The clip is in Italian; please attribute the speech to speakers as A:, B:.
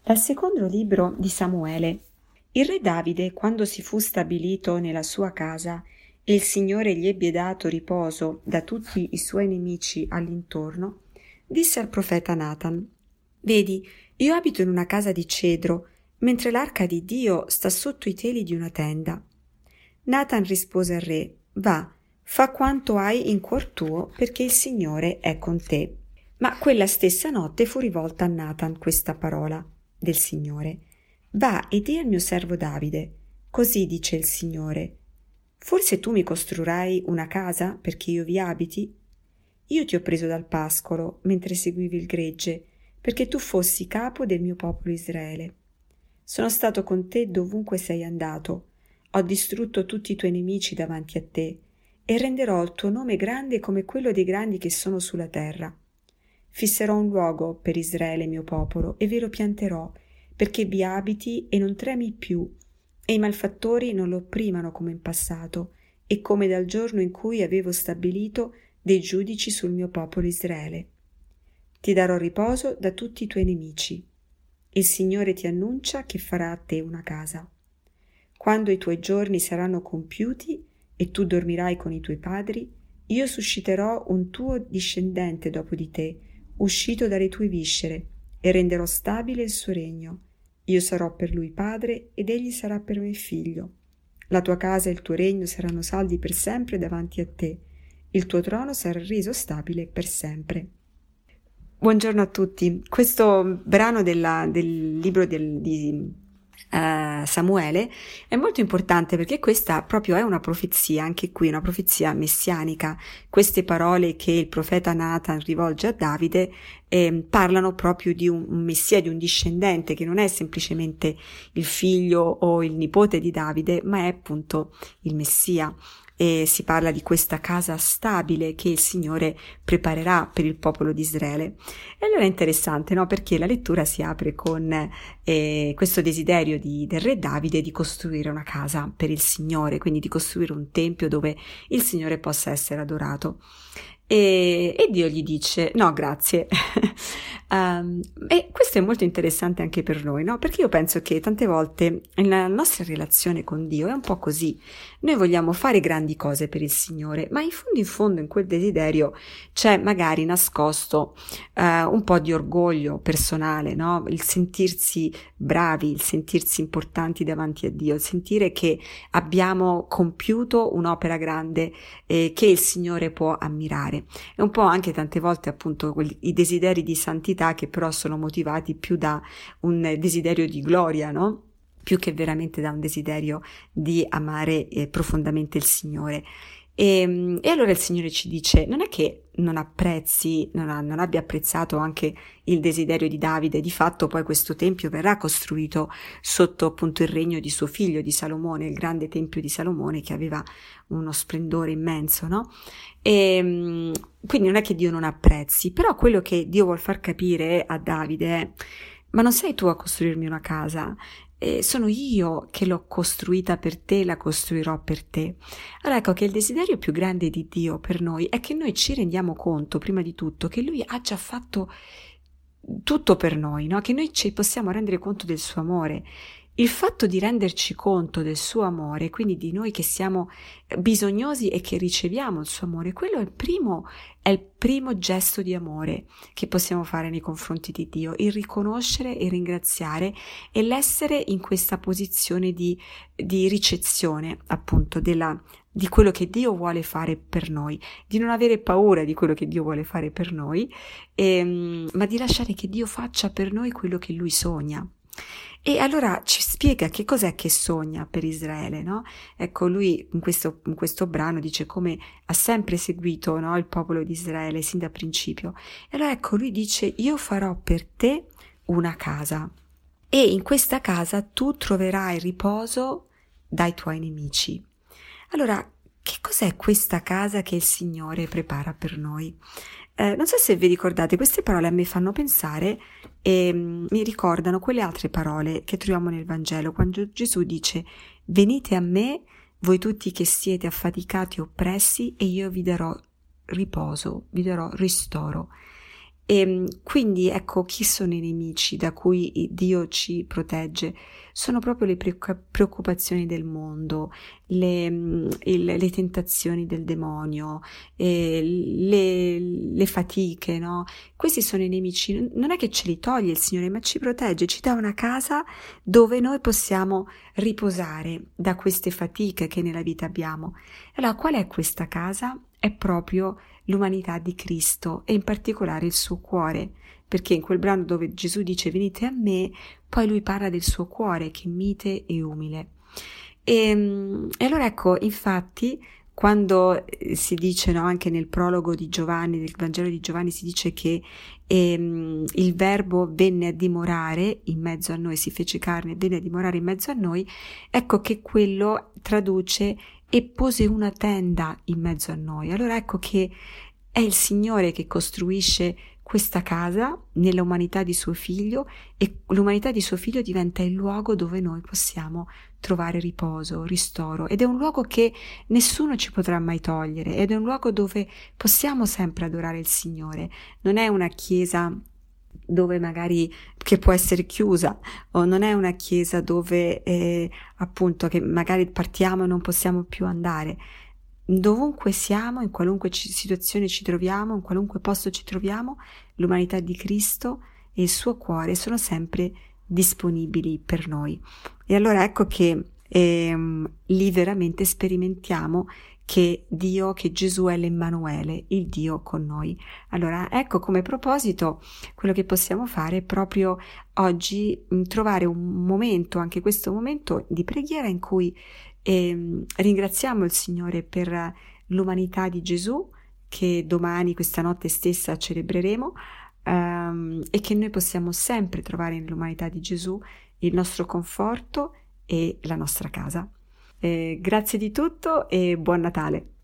A: Dal secondo libro di Samuele. Il re Davide, quando si fu stabilito nella sua casa e il Signore gli ebbe dato riposo da tutti i suoi nemici all'intorno, disse al profeta Natan: «Vedi, io abito in una casa di cedro, mentre l'arca di Dio sta sotto i teli di una tenda». Natan rispose al re: «Va, fa quanto hai in cuor tuo, perché il Signore è con te». Ma quella stessa notte fu rivolta a Natan questa parola del Signore: «Va e di al mio servo Davide, così dice il Signore: forse tu mi costruirai una casa perché io vi abiti? Io ti ho preso dal pascolo mentre seguivi il gregge, perché tu fossi capo del mio popolo Israele. Sono stato con te dovunque sei andato, ho distrutto tutti i tuoi nemici davanti a te e renderò il tuo nome grande come quello dei grandi che sono sulla terra. Fisserò un luogo per Israele mio popolo e ve lo pianterò, perché vi abiti e non tremi più, e i malfattori non lo opprimano come in passato, e come dal giorno in cui avevo stabilito dei giudici sul mio popolo Israele. Ti darò riposo da tutti i tuoi nemici. Il Signore ti annuncia che farà a te una casa. Quando i tuoi giorni saranno compiuti e tu dormirai con i tuoi padri, io susciterò un tuo discendente dopo di te, uscito dalle tue viscere, e renderò stabile il suo regno. Io sarò per lui padre ed egli sarà per me figlio. La tua casa e il tuo regno saranno saldi per sempre davanti a te. Il tuo trono sarà reso stabile per sempre». Buongiorno a tutti. Questo brano del libro di Samuele è molto importante perché questa proprio è una profezia, anche qui una profezia messianica. Queste parole che il profeta Natan rivolge a Davide parlano proprio di un messia, di un discendente che non è semplicemente il figlio o il nipote di Davide, ma è appunto il messia. E si parla di questa casa stabile che il Signore preparerà per il popolo di Israele. E allora è interessante, no? Perché la lettura si apre con questo desiderio del re Davide di costruire una casa per il Signore, quindi di costruire un tempio dove il Signore possa essere adorato. E Dio gli dice: no, grazie. E questo è molto interessante anche per noi, no? Perché io penso che tante volte la nostra relazione con Dio è un po' così. Noi vogliamo fare grandi cose per il Signore, ma in fondo in quel desiderio c'è magari nascosto un po' di orgoglio personale, no? Il sentirsi bravi, il sentirsi importanti davanti a Dio, il sentire che abbiamo compiuto un'opera grande che il Signore può ammirare. E un po' anche tante volte appunto i desideri di santità che però sono motivati più da un desiderio di gloria, no? Più che veramente da un desiderio di amare profondamente il Signore. E allora il Signore ci dice: non è che non apprezzi, non abbia apprezzato anche il desiderio di Davide. Di fatto poi questo tempio verrà costruito sotto appunto il regno di suo figlio, di Salomone, il grande tempio di Salomone che aveva uno splendore immenso, no? E quindi non è che Dio non apprezzi, però quello che Dio vuol far capire a Davide è: ma non sei tu a costruirmi una casa? Sono io che l'ho costruita per te, la costruirò per te. Allora ecco che il desiderio più grande di Dio per noi è che noi ci rendiamo conto, prima di tutto, che Lui ha già fatto tutto per noi, no? Che noi ci possiamo rendere conto del suo amore. Il fatto di renderci conto del suo amore, quindi di noi che siamo bisognosi e che riceviamo il suo amore, quello è il primo gesto di amore che possiamo fare nei confronti di Dio, il riconoscere e ringraziare e l'essere in questa posizione di ricezione appunto di quello che Dio vuole fare per noi, di non avere paura di quello che Dio vuole fare per noi, ma di lasciare che Dio faccia per noi quello che Lui sogna. E allora ci spiega che cos'è che sogna per Israele, no? Ecco, lui in questo brano dice come ha sempre seguito, no, il popolo di Israele sin da principio. E allora ecco, lui dice: io farò per te una casa e in questa casa tu troverai riposo dai tuoi nemici. Allora, che cos'è questa casa che il Signore prepara per noi? Non so se vi ricordate, queste parole a me fanno pensare e mi ricordano quelle altre parole che troviamo nel Vangelo, quando Gesù dice: venite a me, voi tutti che siete affaticati e oppressi, e io vi darò riposo, vi darò ristoro. E quindi ecco, chi sono i nemici da cui Dio ci protegge? Sono proprio le preoccupazioni del mondo, le tentazioni del demonio, le fatiche, no? Questi sono i nemici. Non è che ce li toglie il Signore, ma ci protegge, ci dà una casa dove noi possiamo riposare da queste fatiche che nella vita abbiamo. Allora, qual è questa casa? È proprio l'umanità di Cristo e in particolare il suo cuore, perché in quel brano dove Gesù dice venite a me, poi lui parla del suo cuore che è mite e umile. E allora ecco, infatti, quando si dice, no, anche nel prologo di Giovanni, del Vangelo di Giovanni, si dice che il Verbo venne a dimorare in mezzo a noi, si fece carne e venne a dimorare in mezzo a noi, ecco che quello traduce e pose una tenda in mezzo a noi. Allora ecco che è il Signore che costruisce questa casa nella umanità di suo figlio e l'umanità di suo figlio diventa il luogo dove noi possiamo trovare riposo, ristoro, ed è un luogo che nessuno ci potrà mai togliere, ed è un luogo dove possiamo sempre adorare il Signore. Non è una chiesa dove magari che può essere chiusa, o non è una chiesa dove appunto che magari partiamo e non possiamo più andare. Dovunque siamo, in qualunque situazione ci troviamo, in qualunque posto ci troviamo, l'umanità di Cristo e il suo cuore sono sempre disponibili per noi. E allora ecco che lì veramente sperimentiamo che Dio, che Gesù è l'Emmanuele, il Dio con noi. Allora ecco, come proposito, quello che possiamo fare è proprio oggi trovare un momento, anche questo momento di preghiera in cui ringraziamo il Signore per l'umanità di Gesù, che domani, questa notte stessa, celebreremo, e che noi possiamo sempre trovare nell'umanità di Gesù il nostro conforto e la nostra casa. Grazie di tutto e buon Natale!